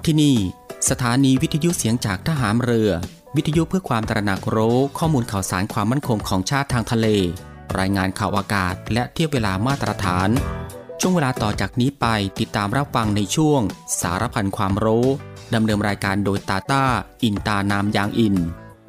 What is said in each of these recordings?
ที่นี่สถานีวิทยุเสียงจากทหารเรือวิทยุเพื่อความตระหนักรู้ข้อมูลข่าวสารความมั่นคงของชาติทางทะเลรายงานข่าวอากาศและเทียบเวลามาตรฐานช่วงเวลาต่อจากนี้ไปติดตามรับฟังในช่วงสารพันความรู้ดำเนินรายการโดยตาต้าอินตานามยางอิน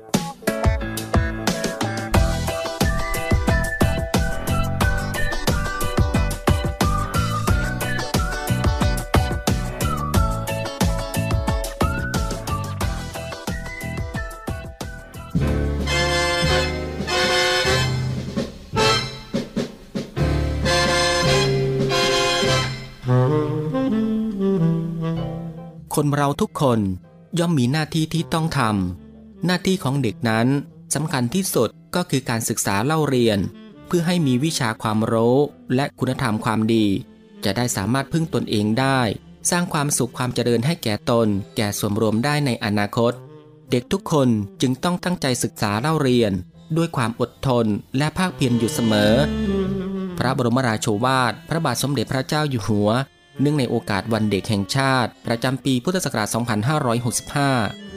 คนเราทุกคนย่อมมีหน้าที่ที่ต้องทำหน้าที่ของเด็กนั้นสำคัญที่สุดก็คือการศึกษาเล่าเรียนเพื่อให้มีวิชาความรู้และคุณธรรมความดีจะได้สามารถพึ่งตนเองได้สร้างความสุขความเจริญให้แก่ตนแก่ส่วนรวมได้ในอนาคตเด็กทุกคนจึงต้องตั้งใจศึกษาเล่าเรียนด้วยความอดทนและภาคเพียรอยู่เสมอพระบรมราโชวาทพระบาทสมเด็จพระเจ้าอยู่หัวเนื่องในโอกาสวันเด็กแห่งชาติประจำปีพุทธศักราช 2565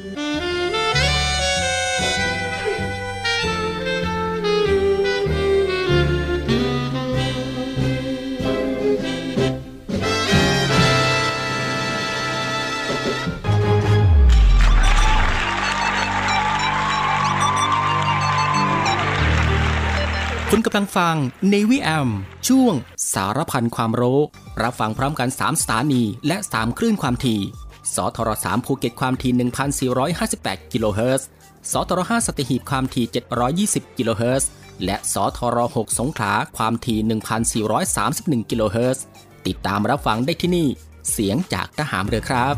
คุณกำลังฟัง Navy AM ช่วงสารพันความรู้รับฟังพร้อมกัน3สถานีและ3คลื่นความถี่สทร3ภูเก็ตความถี่ 1,458 กิโลเฮิรตซ์สทร5สัตหีบความถี่720 กิโลเฮิรตซ์และสทร6สงขลาความถี่ 1,431 กิโลเฮิรตซ์ติดตามรับฟังได้ที่นี่เสียงจากทหารเรือครับ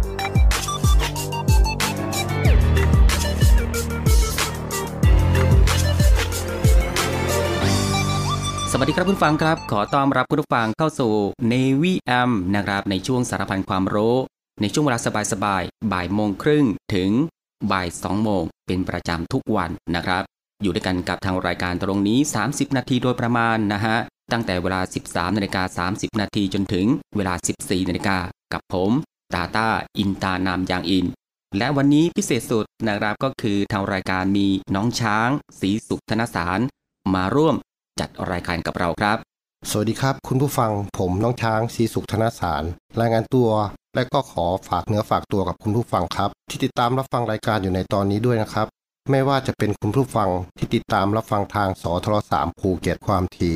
สวัสดีครับคุณผู้ฟังครับขอต้อนรับคุณผู้ฟังเข้าสู่ Navy AM นะครับในช่วงสารพันความรู้ในช่วงเวลาสบายๆบ่ายโมงครึ่งถึงบ่าย2โมงเป็นประจำทุกวันนะครับอยู่ด้วยกันกับทางรายการตรงนี้30นาทีโดยประมาณนะฮะตั้งแต่เวลา 13:30 นาทีจนถึงเวลา 14:00 นกับผมตาต้าอินตานามยางอินและวันนี้พิเศษสุดนะครับก็คือทางรายการมีน้องช้างศรีสุขธนสารมาร่วมจัดรายการกับเราครับสวัสดีครับคุณผู้ฟังผมน้องช้างศรีสุขธนสารรายงานตัวและก็ขอฝากเนื้อฝากตัวกับคุณผู้ฟังครับที่ติดตามรับฟังรายการอยู่ในตอนนี้ด้วยนะครับไม่ว่าจะเป็นคุณผู้ฟังที่ติดตามรับฟังทางสทร3ภูเก็ตความถี่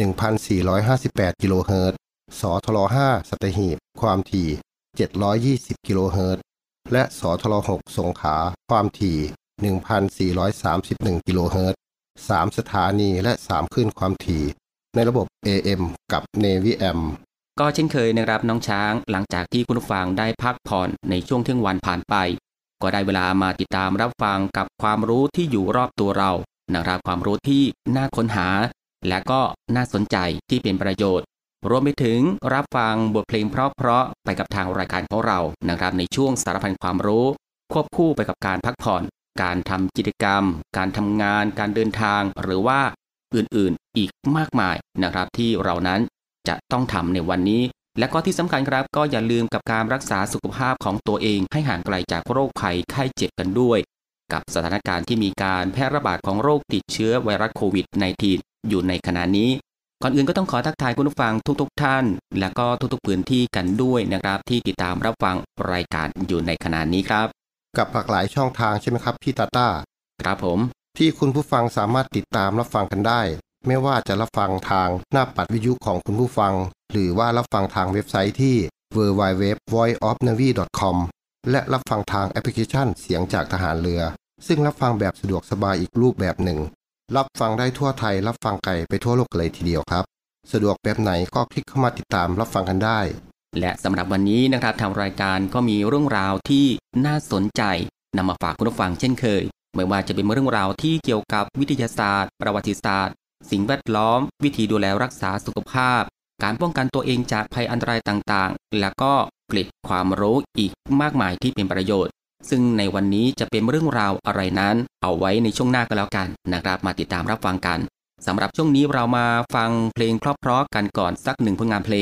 1,458 กิโลเฮิรตซ์สทร5สัตหีบความถี่720 กิโลเฮิรตซ์และสทร6สงขลาความถี่ 1,431 กิโลเฮิรตซ์3สถานีและ3คลื่นความถี่ในระบบ AM กับ Navy AM ก็เช่นเคยนะครับน้องช้างหลังจากที่คุณผู้ฟังได้พักผ่อนในช่วงเที่ยงวันผ่านไปก็ได้เวลามาติดตามรับฟังกับความรู้ที่อยู่รอบตัวเรานะครับความรู้ที่น่าค้นหาและก็น่าสนใจที่เป็นประโยชน์รวมไปถึงรับฟังบทเพลงเพราะๆไปกับทางรายการของเรานะครับในช่วงสารพันความรู้ควบคู่ไปกับการพักผ่อนการทำกิจกรรมการทำงานการเดินทางหรือว่าอื่นๆอีกมากมายนะครับที่เรานั้นจะต้องทำในวันนี้และก็ที่สำคัญครับก็อย่าลืมกับการรักษาสุขภาพของตัวเองให้ห่างไกลจากโรคภัยไข้เจ็บกันด้วยกับสถานการณ์ที่มีการแพร่ระบาดของโรคติดเชื้อไวรัสโควิด -19 อยู่ในขณะนี้ก่อนอื่นก็ต้องขอทักทายคุณผู้ฟังทุกท่านและก็ทุกๆพื้นที่กันด้วยนะครับที่ติดตามรับฟังรายการอยู่ในขณะนี้ครับกับหลากหลายช่องทางใช่ไหมครับพี่ตาต้าครับผมที่คุณผู้ฟังสามารถติดตามรับฟังกันได้ไม่ว่าจะรับฟังทางหน้าปัดวิทยุของคุณผู้ฟังหรือว่ารับฟังทางเว็บไซต์ที่ www.voiceofnavy.com และรับฟังทางแอปพลิเคชันเสียงจากทหารเรือซึ่งรับฟังแบบสะดวกสบายอีกรูปแบบหนึ่งรับฟังได้ทั่วไทยรับฟังไกลไปทั่วโลกเลยทีเดียวครับสะดวกแบบไหนก็คลิกเข้ามาติดตามรับฟังกันได้และสำหรับวันนี้นะครับทางรายการก็มีเรื่องราวที่น่าสนใจนำมาฝากคุณผู้ฟังเช่นเคยไม่ว่าจะเป็นเรื่องราวที่เกี่ยวกับวิทยาศาสตร์ประวัติศาสตร์สิ่งแวดล้อมวิธีดูแลรักษาสุขภาพการป้องกันตัวเองจากภัยอันตรายต่างๆและก็เกร็ดความรู้อีกมากมายที่เป็นประโยชน์ซึ่งในวันนี้จะเป็นเรื่องราวอะไรนั้นเอาไว้ในช่วงหน้าก็แล้วกันนะครับมาติดตามรับฟังกันสำหรับช่วงนี้เรามาฟังเพลงเพราะๆกันก่อนสักหนึ่งผลงานเพลง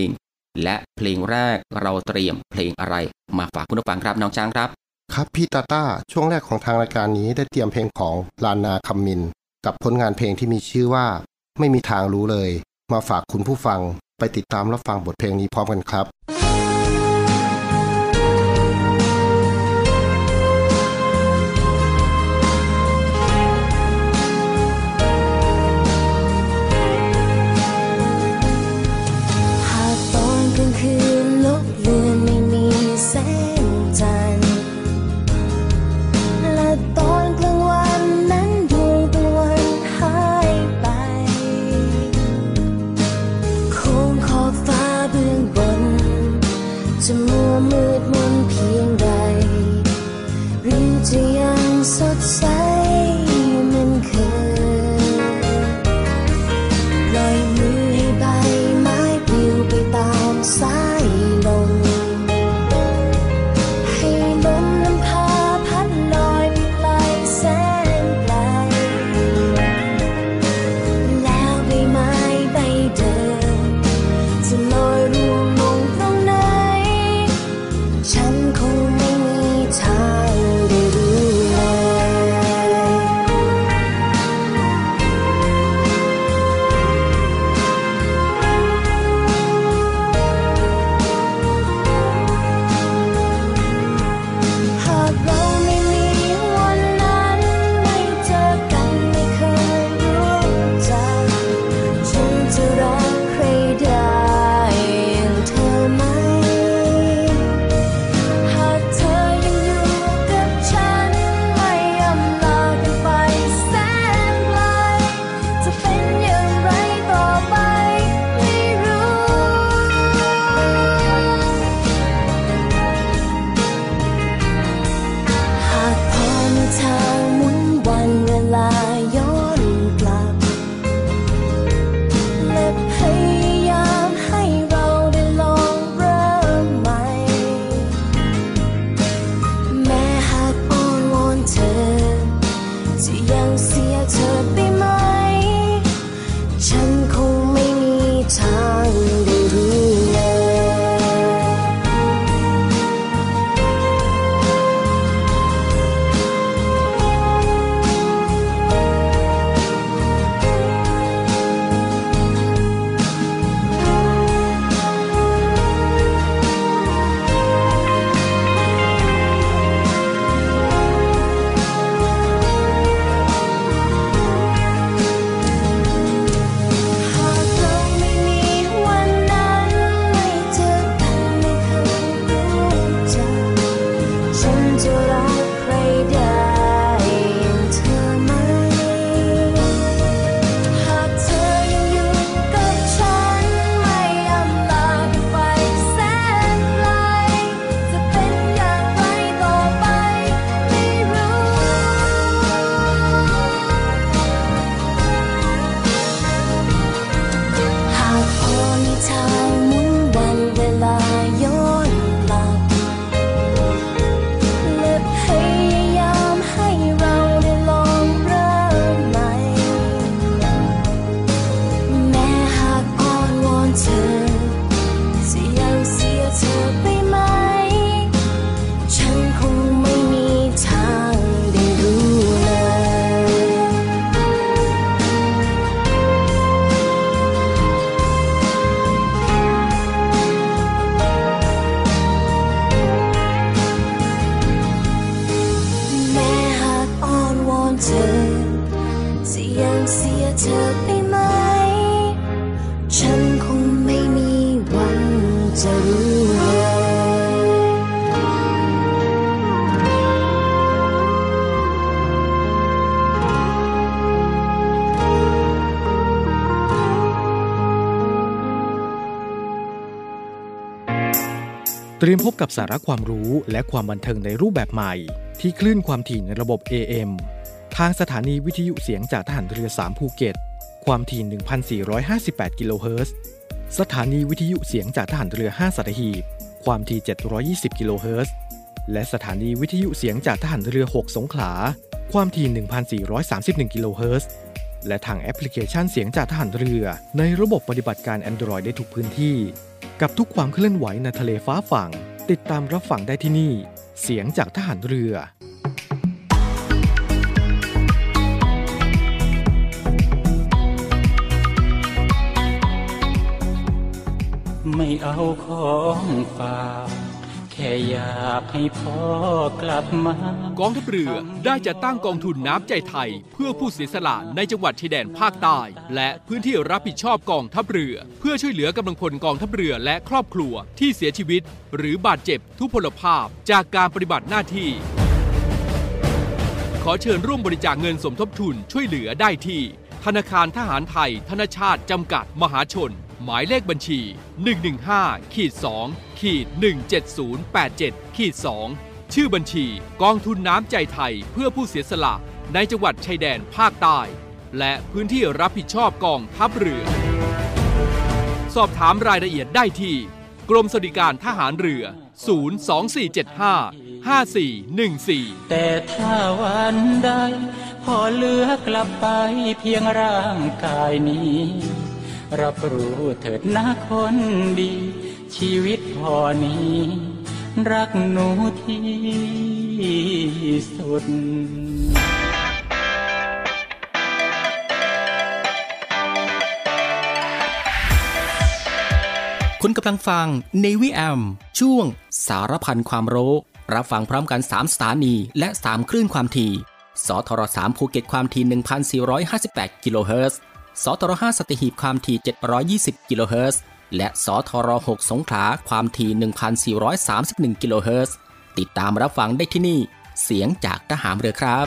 และเพลงแรกเราเตรียมเพลงอะไรมาฝากคุณผู้ฟังครับน้องช้างครับครับพี่ตาต้าช่วงแรกของทางรายการนี้ได้เตรียมเพลงของลานาคัมมินกับผลงานเพลงที่มีชื่อว่าไม่มีทางรู้เลยมาฝากคุณผู้ฟังไปติดตามรับฟังบทเพลงนี้พร้อมกันครับจะมัวมืดมนเพียงใดหรือจะยังสดใสเหมือนเคยปล่อยมือให้ใบไม้ปลิวไปตามสายลมให้ลมนำพาพัดลอยไปไกลแสนไกลแล้วใบไม้ใบเดิมจะลอยร่วงลงตรงไหนฉันคงไม่มีทางได้รู้หากเราไม่มีวันนั้นไม่เจอกันไม่เคยรู้จักฉันจะรักใครได้อย่างเธอไหมหากเธอยังอยู่กับฉันไม่อำลากันไปแสนไกลจะเป็นอย่างไรต่อไปไม่รู้หากพอมีทางหมุนวันเวลาย้อนกลับและพยายามให้เราได้ลองเริ่มใหม่แม้หากอ้อนวอนเธอจะยังเสียเธอไปไหมฉันคงไม่มีทางได้รู้เลยเตรียมพบกับสาระความรู้และความบันเทิงในรูปแบบใหม่ที่คลื่นความถี่ในระบบ AM ทางสถานีวิทยุเสียงจากทหารเรือ3ภูเก็ตความถี่ 1,458 กิโลเฮิรตซ์สถานีวิทยุเสียงจากทหารเรือ5สัตหีบความถี่720กิโลเฮิรตซ์และสถานีวิทยุเสียงจากทหารเรือ6สงขลาความถี่ 1,431 กิโลเฮิรตซ์และทางแอปพลิเคชันเสียงจากทหารเรือในระบบปฏิบัติการ Android ได้ทุกพื้นที่กับทุกความเคลื่อนไหวในทะเลฟ้าฝั่งติดตามรับฟังได้ที่นี่เสียงจากทหารเรือไม่เอาของฝากแค่อยากให้พ่อกลับมากองทัพเรือได้จัดตั้งกองทุนน้ำใจไทยเพื่อผู้เสียสละในจังหวัดชายแดนภาคใต้และพื้นที่รับผิดชอบกองทัพเรือเพื่อช่วยเหลือกำลังพลกองทัพเรือและครอบครัวที่เสียชีวิตหรือบาดเจ็บทุพพลภาพจากการปฏิบัติหน้าที่ขอเชิญร่วมบริจาคเงินสมทบทุนช่วยเหลือได้ที่ธนาคารทหารไทยธนชาติจำกัดมหาชนหมายเลขบัญชี 115-2-17087-2 ชื่อบัญชีกองทุนน้ำใจไทยเพื่อผู้เสียสละในจังหวัดชายแดนภาคใต้และพื้นที่รับผิดชอบกองทัพเรือสอบถามรายละเอียดได้ที่กรมสวัสดิการทหารเรือ 02475-5414 แต่ถ้าวันใดพอเหลือกลับไปเพียงร่างกายนี้รับรู้เถิดนะคนดีชีวิตพอนี้รักหนูที่สุดคุณกำลังฟัง Navy AM ช่วงสารพันความรู้รับฟังพร้อมกัน3สถานีและ3คลื่นความถี่สทร3ภูเก็ตความถี่ 1,458 กิโลเฮิรตซ์สทร5สัตหีบความถี่720กิโลเฮิรตซ์และสทร6สงขลาความถี่ 1,431 กิโลเฮิรตซ์ติดตามรับฟังได้ที่นี่เสียงจากทหารเรือครับ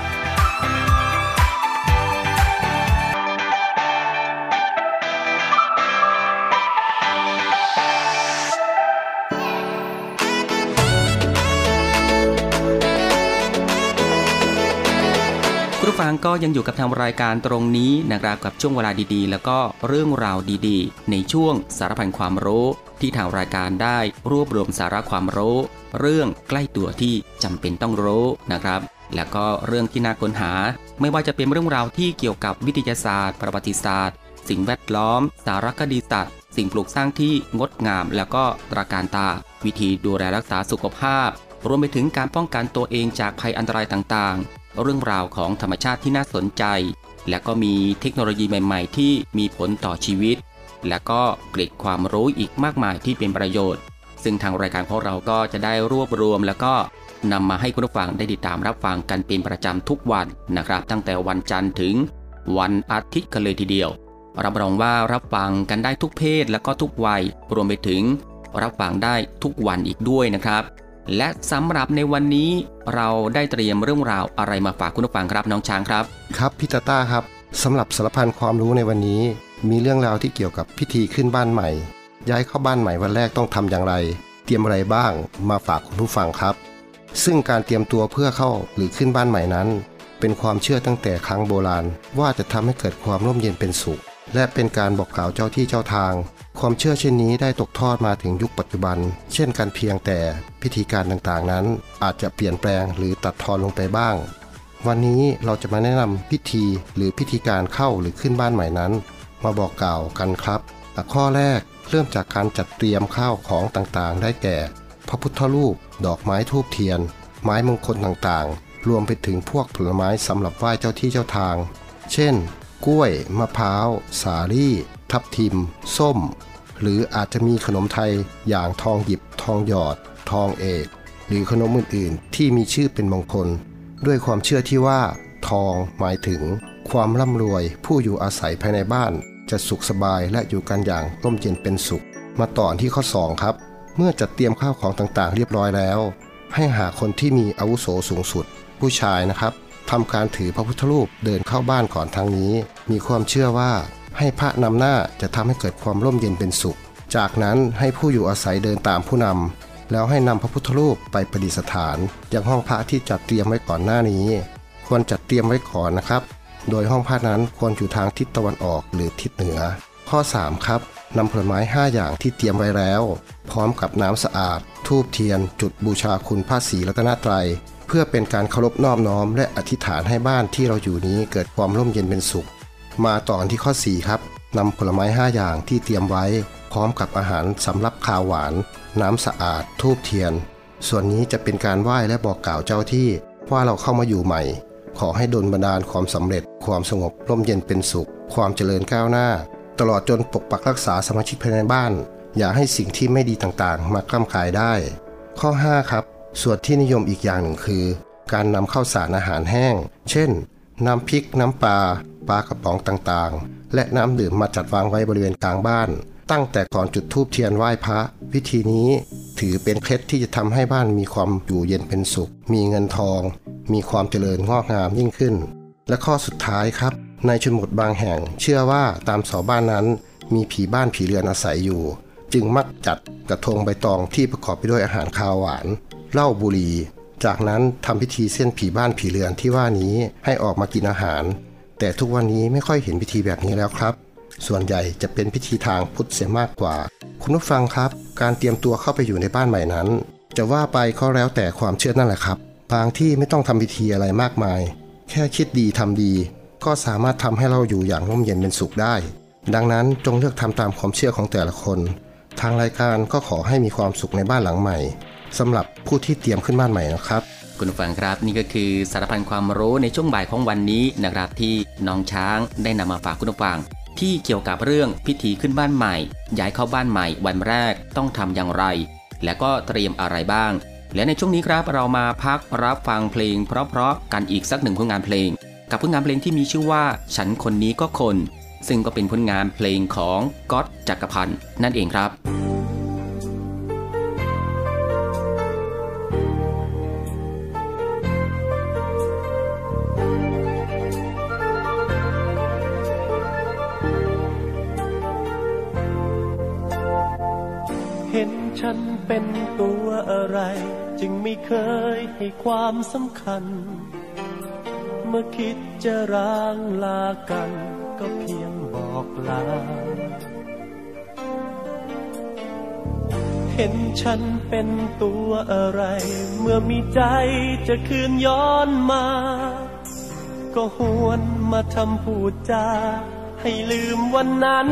ผู้ฟังก็ยังอยู่กับทางรายการตรงนี้นะครับกับช่วงเวลาดีๆแล้วก็เรื่องราวดีๆในช่วงสารพันความรู้ที่ทางรายการได้รวบรวมสาระความรู้เรื่องใกล้ตัวที่จำเป็นต้องรู้นะครับแล้วก็เรื่องที่น่าค้นหาไม่ว่าจะเป็นเรื่องราวที่เกี่ยวกับวิทยาศาสตร์ประวัติศาสตร์สิ่งแวดล้อมสารคดีสัตว์สิ่งปลูกสร้างที่งดงามแล้วก็ตระการตาวิธีดูแลรักษาสุขภาพรวมไปถึงการป้องกันตัวเองจากภัยอันตรายต่างๆเรื่องราวของธรรมชาติที่น่าสนใจและก็มีเทคโนโลยีใหม่ๆที่มีผลต่อชีวิตและก็เกร็ดความรู้อีกมากมายที่เป็นประโยชน์ซึ่งทางรายการของเราก็จะได้รวบรวมแล้วก็นำมาให้คุณผู้ฟังได้ติดตามรับฟังกันเป็นประจำทุกวันนะครับตั้งแต่วันจันทร์ถึงวันอาทิตย์กันเลยทีเดียวรับรองว่ารับฟังกันได้ทุกเพศและก็ทุกวัยรวมไปถึงรับฟังได้ทุกวันอีกด้วยนะครับและสำหรับในวันนี้เราได้เตรียมเรื่องราวอะไรมาฝากคุณผู้ฟังครับน้องช้างครับครับพี่ตาต้าครับสำหรับสารพันความรู้ในวันนี้มีเรื่องราวที่เกี่ยวกับพิธีขึ้นบ้านใหม่ย้ายเข้าบ้านใหม่วันแรกต้องทำอย่างไรเตรียมอะไรบ้างมาฝากคุณผู้ฟังครับซึ่งการเตรียมตัวเพื่อเข้าหรือขึ้นบ้านใหม่นั้นเป็นความเชื่อตั้งแต่ครั้งโบราณว่าจะทำให้เกิดความร่มเย็นเป็นสุขและเป็นการบอกกล่าวเจ้าที่เจ้าทางความเชื่อเช่นนี้ได้ตกทอดมาถึงยุคปัจจุบันเช่นการเพียงแต่พิธีการต่างๆนั้นอาจจะเปลี่ยนแปลงหรือตัดทอนลงไปบ้างวันนี้เราจะมาแนะนำพิธีหรือพิธีการเข้าหรือขึ้นบ้านใหม่นั้นมาบอกกล่าวกันครับข้อแรกเริ่มจากการจัดเตรียมข้าวของต่างๆได้แก่พระพุทธรูปดอกไม้ธูปเทียนไม้มงคลต่างๆรวมไปถึงพวกผลไม้สำหรับไหว้เจ้าที่เจ้าทางเช่นกล้วยมะพร้าวสาลี่ทับทิมส้มหรืออาจจะมีขนมไทยอย่างทองหยิบทองหยอดทองเอกหรือขนมอื่นๆที่มีชื่อเป็นมงคลด้วยความเชื่อที่ว่าทองหมายถึงความร่ำรวยผู้อยู่อาศัยภายในบ้านจะสุขสบายและอยู่กันอย่างร่มเย็นเป็นสุขมาต่อที่ข้อ2ครับเมื่อจัดเตรียมข้าวของต่างๆเรียบร้อยแล้วให้หาคนที่มีอาวุโสสูงสุดผู้ชายนะครับทำการถือพระพุทธรูปเดินเข้าบ้านก่อนทางนี้มีความเชื่อว่าให้พระนำหน้าจะทำให้เกิดความร่มเย็นเป็นสุขจากนั้นให้ผู้อยู่อาศัยเดินตามผู้นำแล้วให้นำพระพุทธรูปไปประดิษฐานยังห้องพระที่จัดเตรียมไว้ก่อนหน้านี้ควรจัดเตรียมไว้ก่อนนะครับโดยห้องพระนั้นควรอยู่ทางทิศตะวันออกหรือทิศเหนือข้อ3ครับนำผลไม้5อย่างที่เตรียมไว้แล้วพร้อมกับน้ำสะอาดธูปเทียนจุดบูชาคุณพระศรีรัตนตรัยเพื่อเป็นการเคารพนอบน้อมและอธิษฐานให้บ้านที่เราอยู่นี้เกิดความร่มเย็นเป็นสุขมาตอนที่ข้อ4ครับนำผลไม้5อย่างที่เตรียมไว้พร้อมกับอาหารสำหรับคาวหวานน้ำสะอาดธูปเทียนส่วนนี้จะเป็นการไหว้และบอกกล่าวเจ้าที่ว่าเราเข้ามาอยู่ใหม่ขอให้ดลบันดาลความสำเร็จความสงบร่มเย็นเป็นสุขความเจริญก้าวหน้าตลอดจนปกปักรักษาสมาชิกภายในบ้านอย่าให้สิ่งที่ไม่ดีต่างๆมากล้ำกายได้ข้อ5ครับส่วนที่นิยมอีกอย่างหนึ่งคือการนำข้าวสารอาหารแห้งเช่นน้ำพริกน้ำปลากระป๋องต่างๆและน้ำดื่มมาจัดวางไว้บริเวณกลางบ้านตั้งแต่ก่อนจุดธูปเทียนไหว้พระวิธีนี้ถือเป็นเคล็ดที่จะทำให้บ้านมีความอยู่เย็นเป็นสุขมีเงินทองมีความเจริญงอกงามยิ่งขึ้นและข้อสุดท้ายครับในชนบทบางแห่งเชื่อว่าตามเสาบ้านนั้นมีผีบ้านผีเรือนอาศัยอยู่จึงมักจัดกระทงใบตองที่ประกอบไปด้วยอาหารคาวหวานเหล้าบุหรี่จากนั้นทำพิธีเส้นผีบ้านผีเรือนที่ว่านี้ให้ออกมากินอาหารแต่ทุกวันนี้ไม่ค่อยเห็นพิธีแบบนี้แล้วครับส่วนใหญ่จะเป็นพิธีทางพุทธเสียมากกว่าคุณผู้ฟังครับการเตรียมตัวเข้าไปอยู่ในบ้านใหม่นั้นจะว่าไปก็แล้วแต่ความเชื่อนั่นแหละครับบางที่ไม่ต้องทำพิธีอะไรมากมายแค่คิดดีทำดีก็สามารถทำให้เราอยู่อย่างร่มเย็นเป็นสุขได้ดังนั้นจงเลือกทำตามความเชื่อของแต่ละคนทางรายการก็ขอให้มีความสุขในบ้านหลังใหม่สำหรับผู้ที่เตรียมขึ้นบ้านใหม่นะครับคุณผู้ฟังครับนี่ก็คือสารพันความรู้ในช่วงบ่ายของวันนี้นะครับที่น้องช้างได้นำมาฝากคุณผู้ฟังที่เกี่ยวกับเรื่องพิธีขึ้นบ้านใหม่ย้ายเข้าบ้านใหม่วันแรกต้องทำอย่างไรและก็เตรียมอะไรบ้างและในช่วงนี้ครับเรามาพักรับฟังเพลงเพราะๆกันอีกสักหนึ่งผลงานเพลงกับผลงานเพลงที่มีชื่อว่าฉันคนนี้ก็คนซึ่งก็เป็นผลงานเพลงของก๊อตจักรพันธ์นั่นเองครับเห็นฉันเป็นตัวอะไรจึงไม่เคยให้ความสำคัญเมื่อคิดจะร้างลากันก็เพียงบอกลาเห็นฉันเป็นตัวอะไรเมื่อมีใจจะคืนย้อนมาก็หวนมาทำพูดจาให้ลืมวันนั้น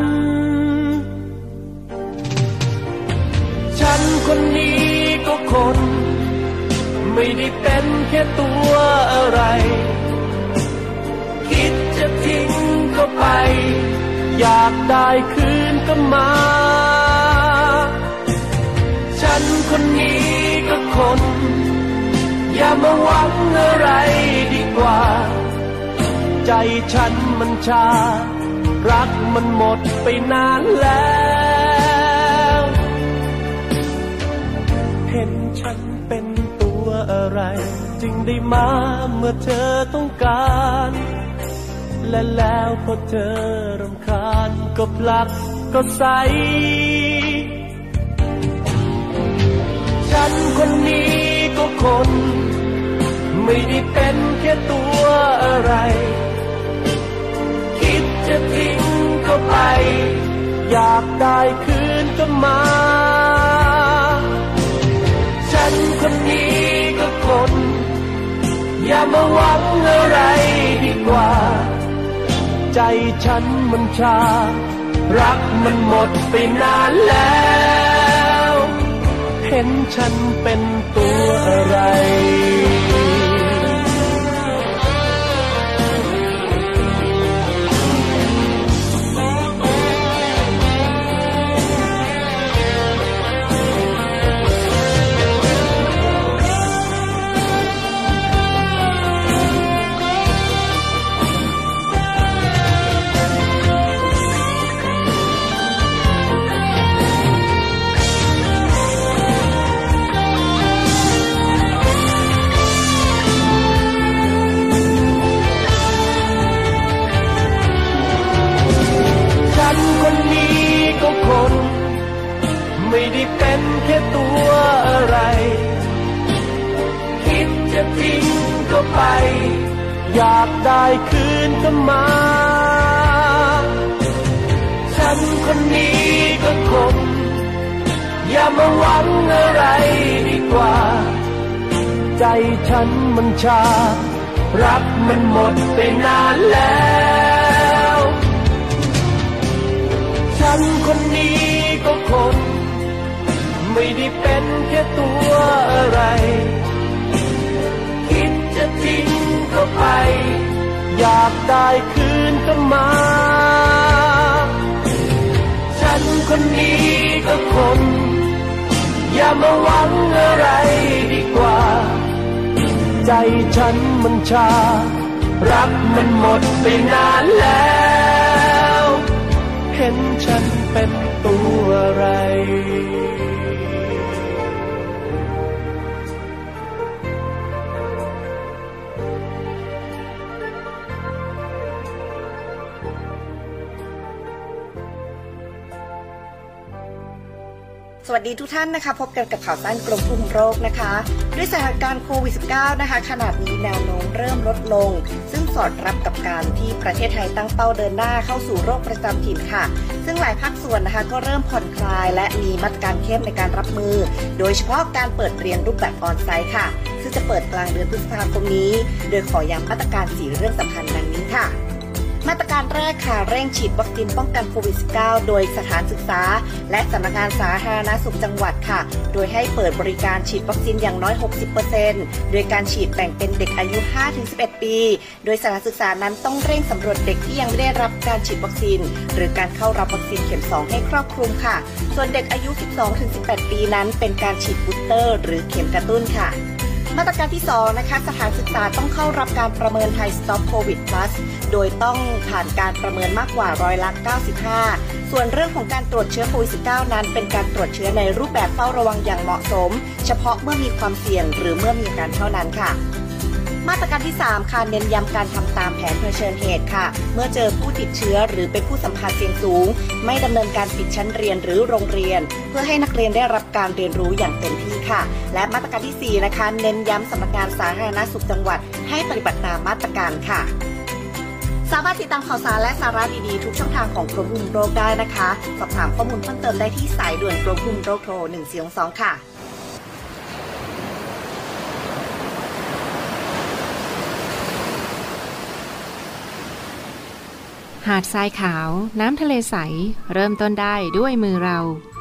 ฉันคนนี้ก็คนไม่ได้เป็นแค่ตัวอะไรคิดจะทิ้งก็ไปอยากได้คืนก็มาฉันคนนี้ก็คนอย่ามาหวังอะไรดีกว่าใจฉันมันชารักมันหมดไปนานแล้วเห็นฉันเป็นตัวอะไรจึงได้มาเมื่อเธอต้องการและแล้วพอเธอรำคาญก็ผลักก็ใส่ฉันคนนี้ก็คนไม่ได้เป็นแค่ตัวอะไรคิดจะทิ้งก็ไปอยากได้คืนก็มาฉันคนนี้ก็คนอย่ามาหวังอะไรดีกว่าใจฉันมันชารักมันหมดไปนานแล้วเห็นฉันเป็นตัวอะไรไม่ได้เป็นแค่ตัวอะไรคิดจะทิ้งก็ไปอยากได้คืนก็มาฉันคนนี้ก็คนอย่ามาหวังอะไรดีกว่าใจฉันมันชารักมันหมดไปนานแล้วไม่ได้เป็นแค่ตัวอะไรคิดจะทิ้งก็ไปอยากได้คืนก็มาฉันคนนี้ก็คนอย่ามาหวังอะไรดีกว่าใจฉันมันชารักมันหมดไปนานแล้วเห็นฉันเป็นตัวอะไรสวัสดีทุกท่านนะคะพบกันกับข่าวสั้นกรมควบคุมโรคนะคะด้วยสถานการณ์โควิด -19 นะคะขนาดนี้แนวโน้มเริ่มลดลงซึ่งสอดรับกับการที่ประเทศไทยตั้งเป้าเดินหน้าเข้าสู่โรคประจำถิ่นค่ะซึ่งหลายภาคส่วนนะคะก็เริ่มผ่อนคลายและมีมาตรการเข้มในการรับมือโดยเฉพาะการเปิดเรียนรูปแบบออนไซต์ค่ะซึ่งจะเปิดกลางเดือนพฤษภาคมนี้โดยขอย้ำมาตรการ4เรื่องสำคัญดังนี้ค่ะมาตรการแรกค่ะเร่งฉีดวัคซีนป้องกันโควิด -19 โดยสถานศึกษาและสำนักงานสาธารณสุขจังหวัดค่ะโดยให้เปิดบริการฉีดวัคซีนอย่างน้อย 60% โดยการฉีดแบ่งเป็นเด็กอายุ 5-11 ปีโดยสถานศึกษานั้นต้องเร่งสำรวจเด็กที่ยังไม่ได้รับการฉีดวัคซีนหรือการเข้ารับวัคซีนเข็ม 2 ให้ครอบคลุมค่ะส่วนเด็กอายุ 12-18 ปีนั้นเป็นการฉีดบูสเตอร์หรือเข็มกระตุ้นค่ะมาตรการที่2นะคะสถานศึกษาต้องเข้ารับการประเมิน Thai Stop COVID Plus โดยต้องผ่านการประเมินมากกว่า95%ส่วนเรื่องของการตรวจเชื้อโควิด -19 นั้นเป็นการตรวจเชื้อในรูปแบบเฝ้าระวังอย่างเหมาะสมเฉพาะเมื่อมีความเสี่ยงหรือเมื่อมีอาการเท่านั้นค่ะมาตรการที่3ค่ะเน้นย้ำการทำตามแผนเผชิญเหตุค่ะเมื่อเจอผู้ติดเชื้อหรือเป็นผู้สัมผัสเสี่ยงสูงไม่ดำเนินการปิดชั้นเรียนหรือโรงเรียนเพื่อให้นักเรียนได้รับการเรียนรู้อย่างเต็มที่ค่ะและมาตรการที่4นะคะเน้นย้ำสำนักงานสาธารณสุขจังหวัดให้ปฏิบัติตามมาตรการค่ะสามารถติดตามข่าวสารและสาระดีๆทุกช่องทางของกรมควบคุมโรคได้นะคะสอบถามข้อมูลเพิ่มเติมได้ที่สายด่วนกรมควบคุมโรคโทร1422ค่ะหาดทรายขาวน้ำทะเลใสเริ่มต้นได้ด้วยมือเรา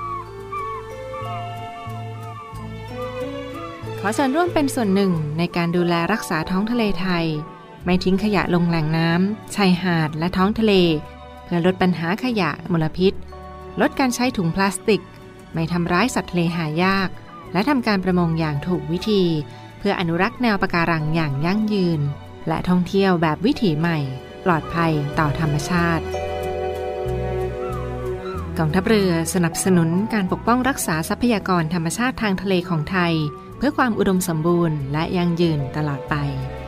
ขอเชิญร่วมเป็นส่วนหนึ่งในการดูแลรักษาท้องทะเลไทยไม่ทิ้งขยะลงแหล่งน้ำชายหาดและท้องทะเลเพื่อลดปัญหาขยะมลพิษลดการใช้ถุงพลาสติกไม่ทำร้ายสัตว์ทะเลหายากและทำการประมงอย่างถูกวิธีเพื่ออนุรักษ์แนวปะการังอย่างยั่งยืนและท่องเที่ยวแบบวิถีใหม่ปลอดภัยต่อธรรมชาติกองทัพเรือสนับสนุนการปกป้องรักษาทรัพยากรธรรมชาติทางทะเลของไทยเพื่อความอุดมสมบูรณ์และยั่งยืนตลอดไป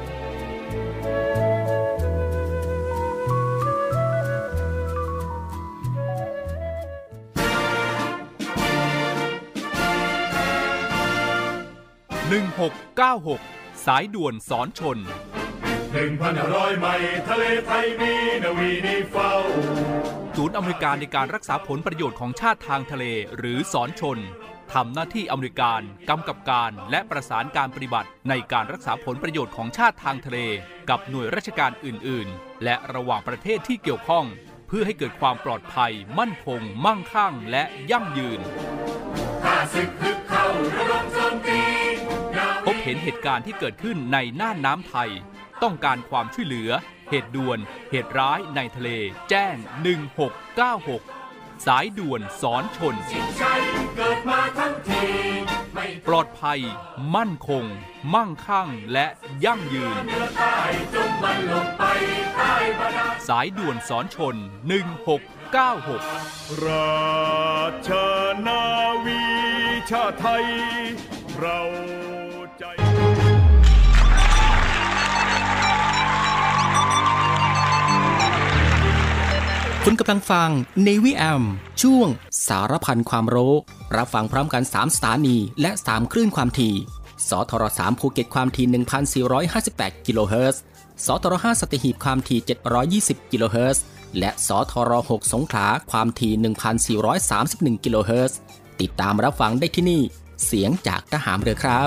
1696 สายด่วนสอนชน 1,500 ไมล์ทะเลไทยมีนาวีนิเฝ้าศูนย์อำนวยการในการรักษาผลประโยชน์ของชาติทางทะเลหรือสอนชนทำหน้าที่อำนวยการกำกับการและประสานการปฏิบัติในการรักษาผลประโยชน์ของชาติทางทะเลกับหน่วยราชการอื่นๆและระหว่างประเทศที่เกี่ยวข้องเพื่อให้เกิดความปลอดภัยมั่นคงมั่งคั่งและยั่งยืนพบเห็นเหตุการณ์ที่เกิดขึ้นในน่านน้ำไทยต้องการความช่วยเหลือเหตุด่วนเหตุร้ายในทะเลแจ้ง1696สายด่วนสอนชนปลอดภัยมั่นคงมั่งคั่งและยั่งยืนสายด่วนสอนชน1696 ราชนาวีชาติไทยเราใจคุณกำลังฟัง Navy AM ช่วงสารพันความรู้รับฟังพร้อมกัน3สถานีและ3คลื่นความถี่สทร3ภูเก็ตความถี่ 1,458 กิโลเฮิรตซ์สทร5สัตหีบความถี่720กิโลเฮิรตซ์และสทร6สงขลาความถี่ 1,431 กิโลเฮิรตซ์ติดตามรับฟังได้ที่นี่เสียงจากทหารเรือครับ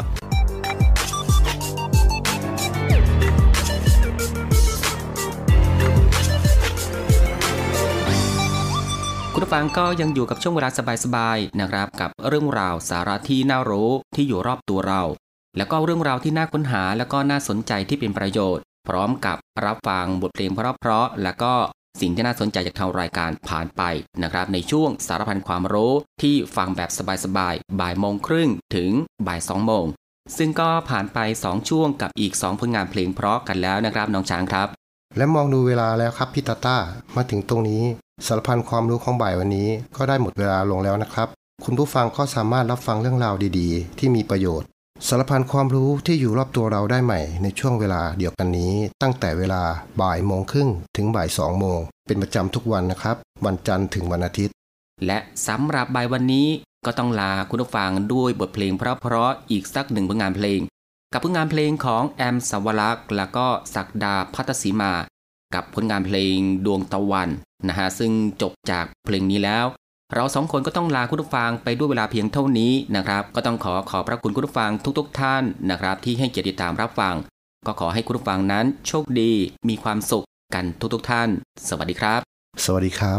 คุณผู้ฟังก็ยังอยู่กับช่วงเวลาสบายๆนะครับกับเรื่องราวสาระที่น่ารู้ที่อยู่รอบตัวเราแล้วก็เรื่องราวที่น่าค้นหาแล้วก็น่าสนใจที่เป็นประโยชน์พร้อมกับรับฟังบทเพลงเพราะๆแล้วก็สิ่งที่น่าสนใจจากทางรายการผ่านไปนะครับในช่วงสารพันความรู้ที่ฟังแบบสบายๆบ่ายโมงครึ่งถึงบ่าย2โมงซึ่งก็ผ่านไป2ช่วงกับอีก2ผลงานเพลงเพราะกันแล้วนะครับน้องช้างครับและมองดูเวลาแล้วครับพี่ตาต้ามาถึงตรงนี้สารพันความรู้ของบ่ายวันนี้ก็ได้หมดเวลาลงแล้วนะครับคุณผู้ฟังก็สามารถรับฟังเรื่องราวดีๆที่มีประโยชน์สารพันความรู้ที่อยู่รอบตัวเราได้ใหม่ในช่วงเวลาเดียวกันนี้ตั้งแต่เวลาบ่ายโมงครึ่งถึงบ่าย2โมงเป็นประจำทุกวันนะครับวันจันทร์ถึงวันอาทิตย์และสำหรับบ่ายวันนี้ก็ต้องลาคุณผู้ฟังด้วยบทเพลงเพราะๆอีกสัก1ผลงานเพลงกับผลงานเพลงของแอมสวรักษ์และก็ศักดาภัตสีมากับผลงานเพลงดวงตะวันนะฮะซึ่งจบจากเพลงนี้แล้วเรา2คนก็ต้องลาคุณผู้ฟังไปด้วยเวลาเพียงเท่านี้นะครับก็ต้องขอบพระคุณคุณผู้ฟังทุกท่านนะครับที่ให้เกียรติติดตามรับฟังก็ขอให้คุณผู้ฟังนั้นโชคดีมีความสุขกันทุกท่านสวัสดีครับสวัสดีครับ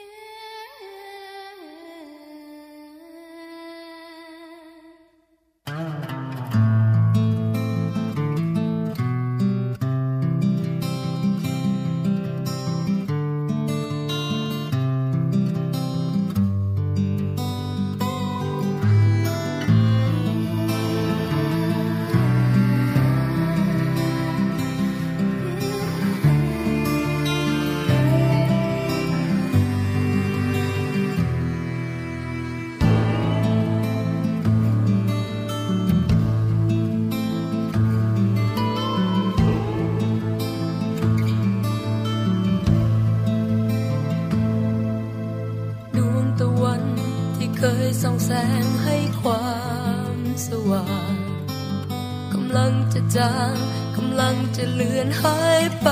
ส่องแสงให้ความสว่างกำลังจะจางกำลังจะเลือนหายไป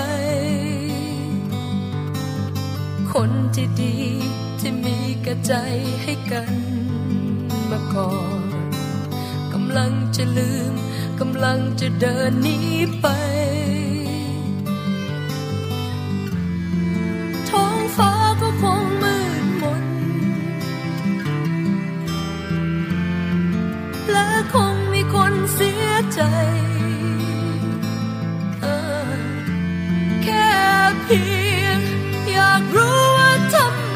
คนที่ดีที่มีกระใจให้กันมาก่อนกำลังจะลืมกำลังจะเดินหนีไปท้องฟ้าก็คงมืดมนและคงมีคนเสียใจแค่เพียงอยากรู้ว่าทำไม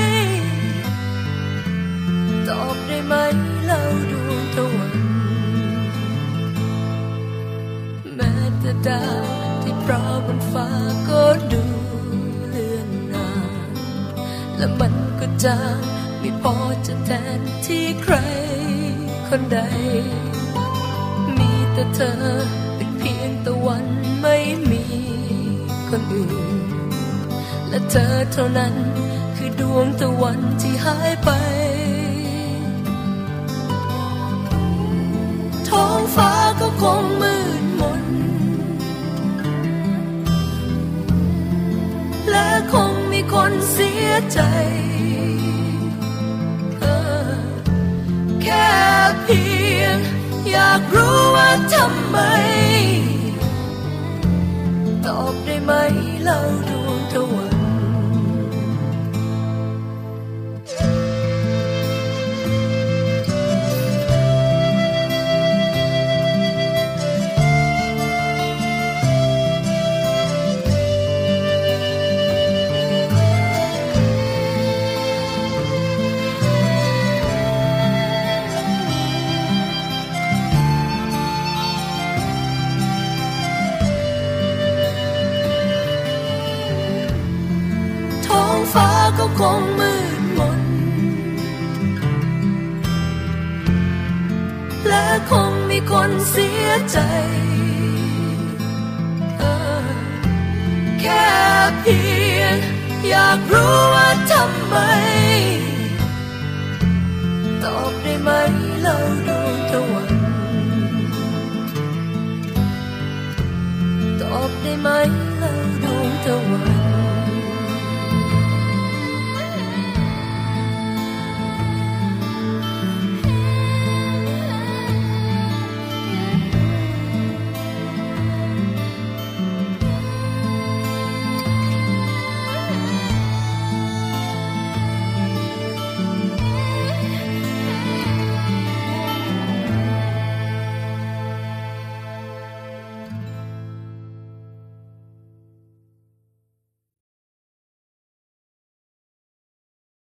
ตอบได้ไหมเล่าดวงตะวันแม้แต่ดาวที่ปรากบนฟ้าก็ดูเลือนลางและมันก็จางไม่พอจะแทนที่ใครคนใดมีแต่เธอเป็นเพียงตะวันไม่มีคนอื่นและเธอเท่านั้นคือดวงตะวันที่หายไปท้องฟ้าก็คงมืดมนและคงมีคนเสียใจแค่เพียงอยากรู้ว่าทำไมตอบได้ไหมเล่าดวงตะวันฟ้าก็คงมืดมนและคงมีคนเสียใจแค่เพีย